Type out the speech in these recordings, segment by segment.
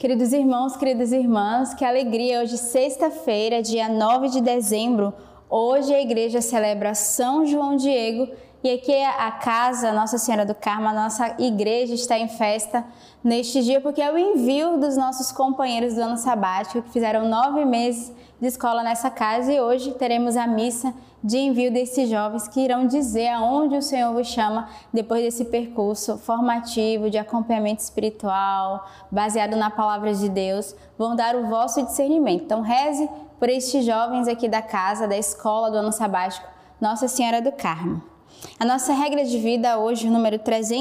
Queridos irmãos, queridas irmãs, que alegria! Hoje, sexta-feira, dia 9 de dezembro, hoje a igreja celebra São João Diego e aqui a casa Nossa Senhora do Carmo, a nossa igreja está em festa neste dia porque é o envio dos nossos companheiros do ano sabático que fizeram 9 meses de escola nessa casa e hoje teremos a missa de envio desses jovens que irão dizer aonde o Senhor vos chama depois desse percurso formativo de acompanhamento espiritual, baseado na palavra de Deus, vão dar o vosso discernimento. Então reze por estes jovens aqui da casa, da escola do ano sabático, Nossa Senhora do Carmo. A nossa regra de vida hoje, o número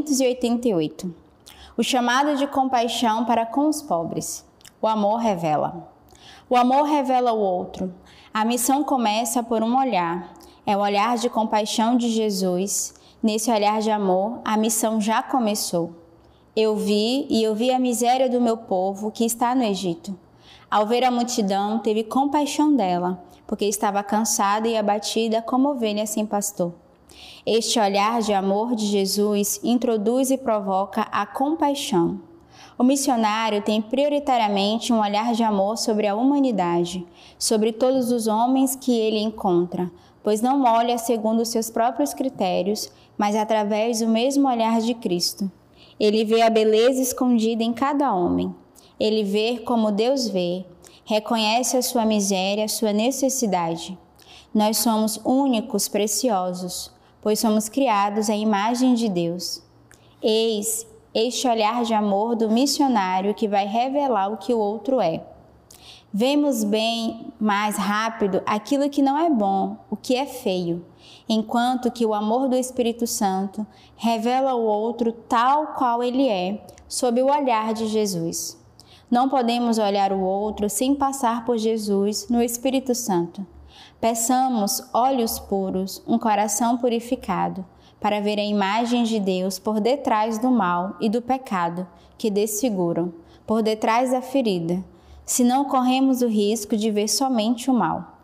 388. O chamado de compaixão para com os pobres. O amor revela. O amor revela o outro. A missão começa por um olhar. É o olhar de compaixão de Jesus. Nesse olhar de amor, a missão já começou. Eu vi a miséria do meu povo que está no Egito. Ao ver a multidão, teve compaixão dela, porque estava cansada e abatida como ovelha sem pastor. Este olhar de amor de Jesus introduz e provoca a compaixão. O missionário tem prioritariamente um olhar de amor sobre a humanidade, sobre todos os homens que ele encontra, pois não olha segundo os seus próprios critérios, mas através do mesmo olhar de Cristo. Ele vê a beleza escondida em cada homem. Ele vê como Deus vê, reconhece a sua miséria, a sua necessidade. Nós somos únicos, preciosos, pois somos criados à imagem de Deus. Eis este olhar de amor do missionário que vai revelar o que o outro é. Vemos bem mais rápido aquilo que não é bom, o que é feio, enquanto que o amor do Espírito Santo revela o outro tal qual ele é, sob o olhar de Jesus. Não podemos olhar o outro sem passar por Jesus no Espírito Santo. Peçamos olhos puros, um coração purificado, para ver a imagem de Deus por detrás do mal e do pecado que desfiguram, por detrás da ferida, senão corremos o risco de ver somente o mal.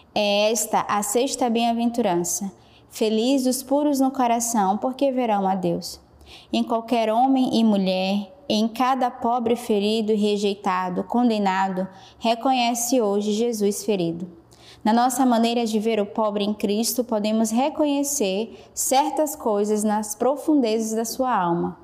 É esta a sexta bem-aventurança. Feliz os puros no coração, porque verão a Deus. Em qualquer homem e mulher, em cada pobre ferido e rejeitado, condenado, reconhece hoje Jesus ferido. Na nossa maneira de ver o pobre em Cristo, podemos reconhecer certas coisas nas profundezas da sua alma,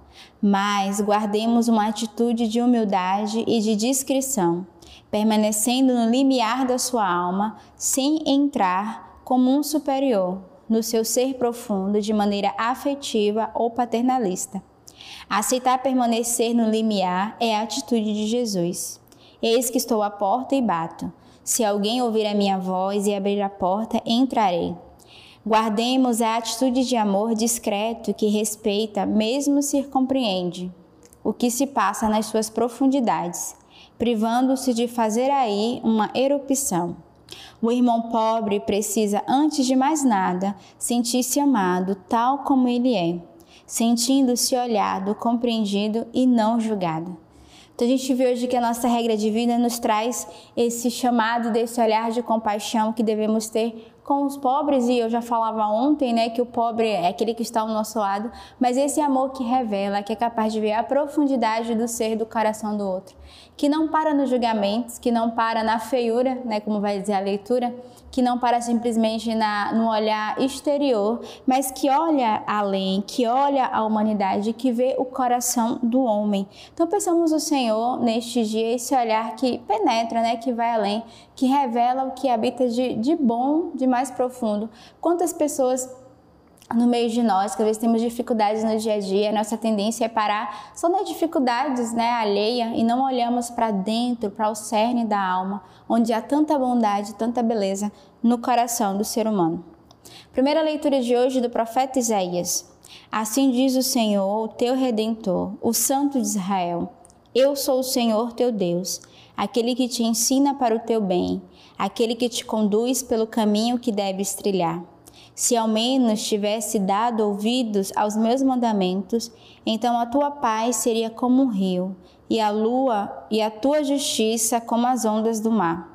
mas guardemos uma atitude de humildade e de discrição, permanecendo no limiar da sua alma, sem entrar como um superior no seu ser profundo de maneira afetiva ou paternalista. Aceitar permanecer no limiar é a atitude de Jesus. Eis que estou à porta e bato. Se alguém ouvir a minha voz e abrir a porta, entrarei. Guardemos a atitude de amor discreto que respeita, mesmo se compreende, o que se passa nas suas profundidades, privando-se de fazer aí uma erupção. O irmão pobre precisa, antes de mais nada, sentir-se amado tal como ele é, sentindo-se olhado, compreendido e não julgado. Então a gente vê hoje que a nossa regra de vida nos traz esse chamado desse olhar de compaixão que devemos ter com os pobres, e eu já falava ontem, né, que o pobre é aquele que está ao nosso lado, mas esse amor que revela, que é capaz de ver a profundidade do ser, do coração do outro, que não para nos julgamentos, que não para na feiura, né, como vai dizer a leitura, que não para simplesmente no olhar exterior, mas que olha além, que olha a humanidade, que vê o coração do homem. Então peçamos ao Senhor neste dia esse olhar que penetra, né, que vai além, que revela o que habita de bom, de mais profundo. Quantas pessoas no meio de nós, que às vezes temos dificuldades no dia a dia, a nossa tendência é parar só nas dificuldades, né, alheia, e não olhamos para dentro, para o cerne da alma, onde há tanta bondade, tanta beleza no coração do ser humano. Primeira leitura de hoje do profeta Isaías. Assim diz o Senhor, o teu Redentor, o Santo de Israel. Eu sou o Senhor teu Deus, aquele que te ensina para o teu bem, aquele que te conduz pelo caminho que deves trilhar. Se ao menos tivesse dado ouvidos aos meus mandamentos, então a tua paz seria como um rio, e a lua e a tua justiça como as ondas do mar.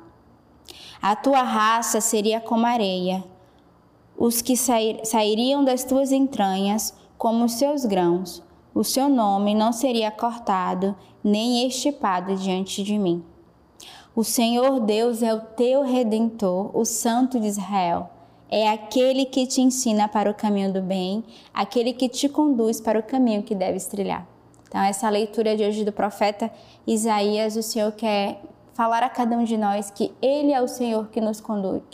A tua raça seria como areia, os que sairiam das tuas entranhas como os seus grãos. o seu nome não seria cortado, nem extirpado diante de mim. O Senhor Deus é o teu Redentor, o Santo de Israel. É aquele que te ensina para o caminho do bem, aquele que te conduz para o caminho que deves trilhar. Então, essa leitura de hoje do profeta Isaías, o Senhor quer falar a cada um de nós que Ele é o Senhor que nos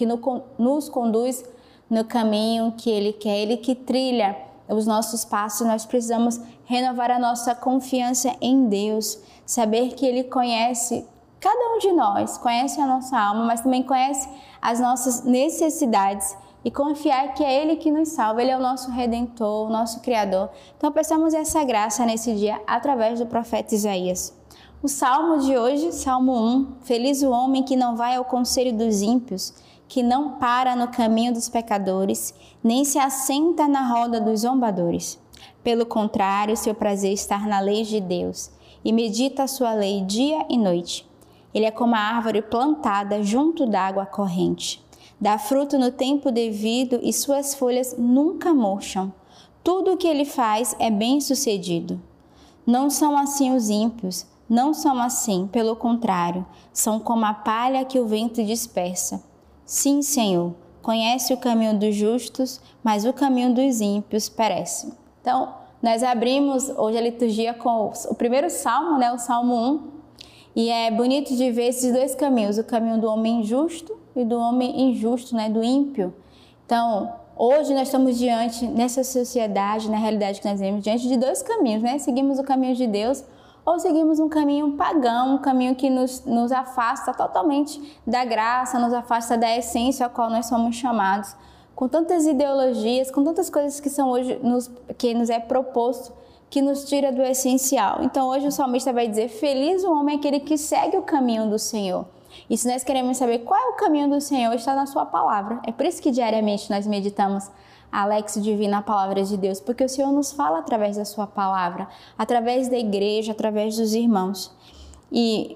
conduz no caminho que Ele quer, Ele que trilha os nossos passos. Nós precisamos renovar a nossa confiança em Deus, saber que Ele conhece cada um de nós, conhece a nossa alma, mas também conhece as nossas necessidades e confiar que é Ele que nos salva, Ele é o nosso Redentor, o nosso Criador. Então, peçamos essa graça nesse dia através do profeta Isaías. O salmo de hoje, Salmo 1, feliz o homem que não vai ao conselho dos ímpios, que não para no caminho dos pecadores, nem se assenta na roda dos zombadores. Pelo contrário, seu prazer está na lei de Deus, e medita a sua lei dia e noite. Ele é como a árvore plantada junto d'água corrente. Dá fruto no tempo devido e suas folhas nunca murcham. Tudo o que ele faz é bem-sucedido. Não são assim os ímpios, não são assim, pelo contrário, são como a palha que o vento dispersa. Sim, Senhor, conhece o caminho dos justos, mas o caminho dos ímpios perece. Então, nós abrimos hoje a liturgia com o primeiro salmo, o Salmo 1, e é bonito de ver esses dois caminhos, o caminho do homem justo e do homem injusto, do ímpio. Então, hoje nós estamos diante, nessa sociedade, na realidade que nós vivemos, diante de dois caminhos, Seguimos o caminho de Deus ou seguimos um caminho pagão, um caminho que nos afasta totalmente da graça, nos afasta da essência a qual nós somos chamados, com tantas ideologias, com tantas coisas que são hoje que nos é proposto, que nos tira do essencial. Então hoje o salmista vai dizer, feliz o homem aquele que segue o caminho do Senhor. E se nós queremos saber qual é o caminho do Senhor, está na sua palavra. É por isso que diariamente nós meditamos a Lexio Divina, a palavra de Deus, porque o Senhor nos fala através da sua palavra, através da igreja, através dos irmãos. E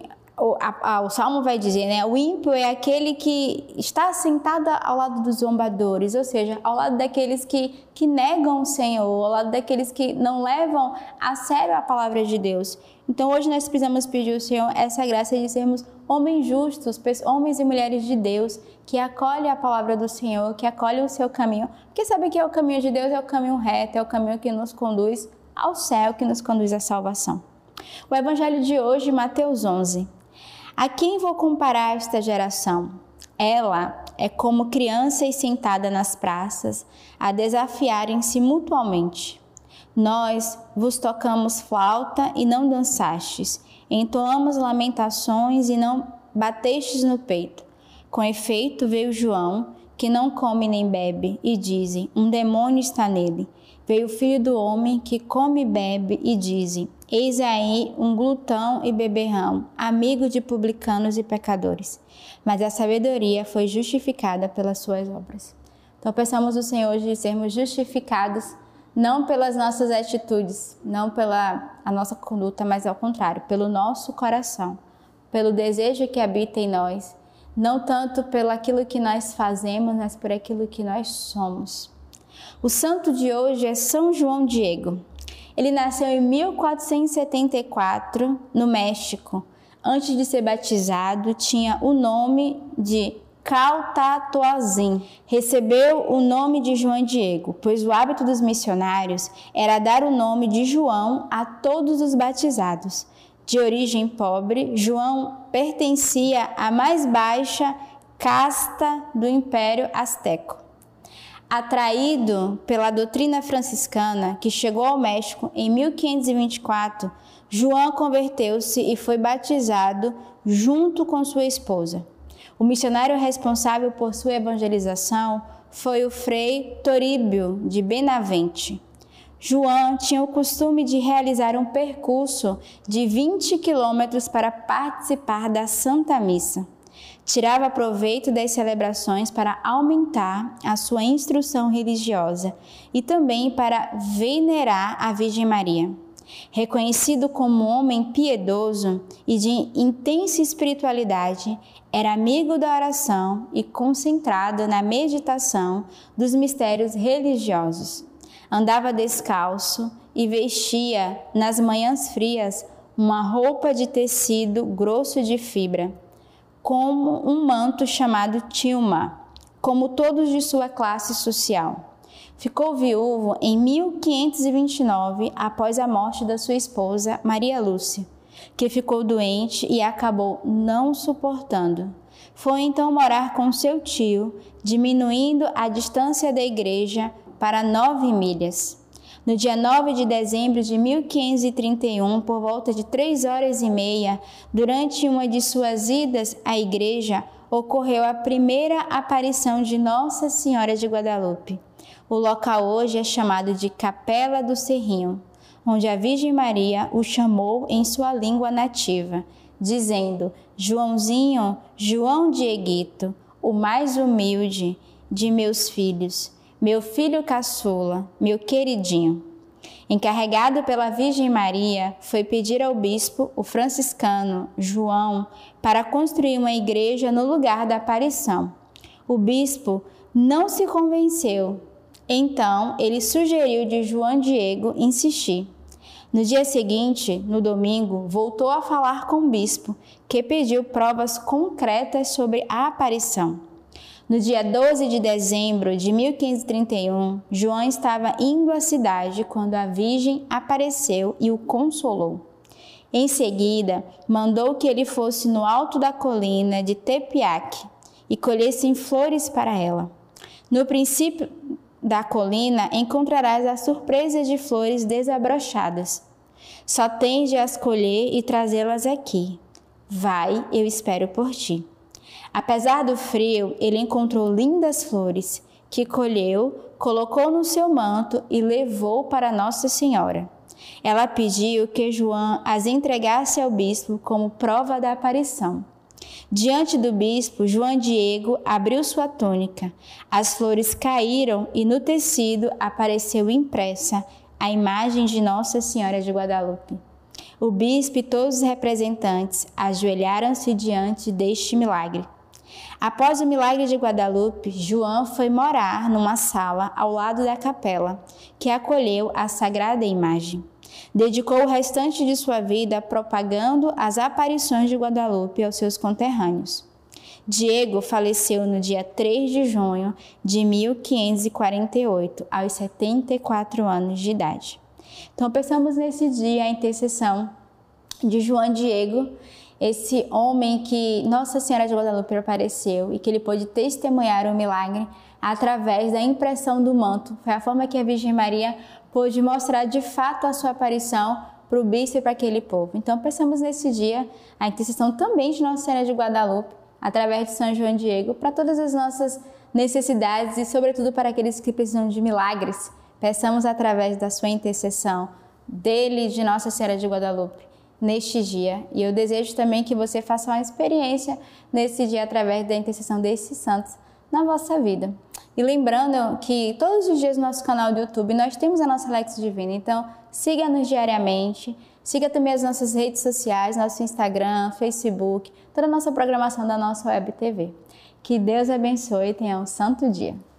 o Salmo vai dizer, o ímpio é aquele que está sentado ao lado dos zombadores, ou seja, ao lado daqueles que negam o Senhor, ao lado daqueles que não levam a sério a palavra de Deus. Então hoje nós precisamos pedir ao Senhor essa graça de sermos homens justos, homens e mulheres de Deus, que acolhem a palavra do Senhor, que acolhem o seu caminho, porque sabe que o caminho de Deus é o caminho reto, é o caminho que nos conduz ao céu, que nos conduz à salvação. O evangelho de hoje, Mateus 11. A quem vou comparar esta geração? Ela é como crianças sentadas nas praças, a desafiarem-se mutuamente. Nós vos tocamos flauta e não dançastes, entoamos lamentações e não batestes no peito. Com efeito, veio João, que não come nem bebe, e dizem, um demônio está nele. Veio o filho do homem, que come e bebe, e dizem, eis aí um glutão e beberrão, amigo de publicanos e pecadores. Mas a sabedoria foi justificada pelas suas obras. Então, peçamos ao Senhor de sermos justificados, não pelas nossas atitudes, não pela a nossa conduta, mas ao contrário, pelo nosso coração, pelo desejo que habita em nós, não tanto pelo aquilo que nós fazemos, mas por aquilo que nós somos. O santo de hoje é São João Diego. Ele nasceu em 1474, no México. Antes de ser batizado, tinha o nome de Caltatoazim. Recebeu o nome de João Diego, pois o hábito dos missionários era dar o nome de João a todos os batizados. De origem pobre, João pertencia à mais baixa casta do Império Azteco. Atraído pela doutrina franciscana, que chegou ao México em 1524, João converteu-se e foi batizado junto com sua esposa. O missionário responsável por sua evangelização foi o frei Toríbio de Benavente. João tinha o costume de realizar um percurso de 20 quilômetros para participar da Santa Missa. Tirava proveito das celebrações para aumentar a sua instrução religiosa e também para venerar a Virgem Maria. Reconhecido como homem piedoso e de intensa espiritualidade, era amigo da oração e concentrado na meditação dos mistérios religiosos. Andava descalço e vestia, nas manhãs frias, uma roupa de tecido grosso de fibra, como um manto chamado tilma, como todos de sua classe social. Ficou viúvo em 1529, após a morte da sua esposa, Maria Lúcia, que ficou doente e acabou não suportando. Foi então morar com seu tio, diminuindo a distância da igreja para 9 milhas. No dia 9 de dezembro de 1531, por volta de 3h30, durante uma de suas idas à igreja, ocorreu a primeira aparição de Nossa Senhora de Guadalupe. O local hoje é chamado de Capela do Cerrinho, onde a Virgem Maria o chamou em sua língua nativa, dizendo: Joãozinho, João Dieguito, o mais humilde de meus filhos, meu filho caçula, meu queridinho. Encarregado pela Virgem Maria, foi pedir ao bispo, o franciscano João, para construir uma igreja no lugar da aparição. O bispo não se convenceu, então ele sugeriu de João Diego insistir. No dia seguinte, no domingo, voltou a falar com o bispo, que pediu provas concretas sobre a aparição. No dia 12 de dezembro de 1531, João estava indo à cidade quando a Virgem apareceu e o consolou. Em seguida, mandou que ele fosse no alto da colina de Tepeaque e colhessem flores para ela. No princípio da colina encontrarás a surpresa de flores desabrochadas. Só tens de as colher e trazê-las aqui. Vai, eu espero por ti. Apesar do frio, ele encontrou lindas flores, que colheu, colocou no seu manto e levou para Nossa Senhora. Ela pediu que João as entregasse ao bispo como prova da aparição. Diante do bispo, João Diego abriu sua túnica. As flores caíram e no tecido apareceu impressa a imagem de Nossa Senhora de Guadalupe. O bispo e todos os representantes ajoelharam-se diante deste milagre. Após o milagre de Guadalupe, João foi morar numa sala ao lado da capela, que acolheu a sagrada imagem. Dedicou o restante de sua vida propagando as aparições de Guadalupe aos seus conterrâneos. Diego faleceu no dia 3 de junho de 1548, aos 74 anos de idade. Então, pensamos nesse dia a intercessão de João Diego, esse homem que Nossa Senhora de Guadalupe apareceu e que ele pôde testemunhar o milagre através da impressão do manto. Foi a forma que a Virgem Maria pôde mostrar de fato a sua aparição para o bispo e para aquele povo. Então, pensamos nesse dia a intercessão também de Nossa Senhora de Guadalupe, através de São João Diego, para todas as nossas necessidades e, sobretudo, para aqueles que precisam de milagres. Peçamos através da sua intercessão, dele, de Nossa Senhora de Guadalupe, neste dia. E eu desejo também que você faça uma experiência nesse dia através da intercessão desses santos na vossa vida. E lembrando que todos os dias no nosso canal do YouTube nós temos a nossa Lexio Divina, então siga-nos diariamente, siga também as nossas redes sociais, nosso Instagram, Facebook, toda a nossa programação da nossa Web TV. Que Deus abençoe e tenha um santo dia.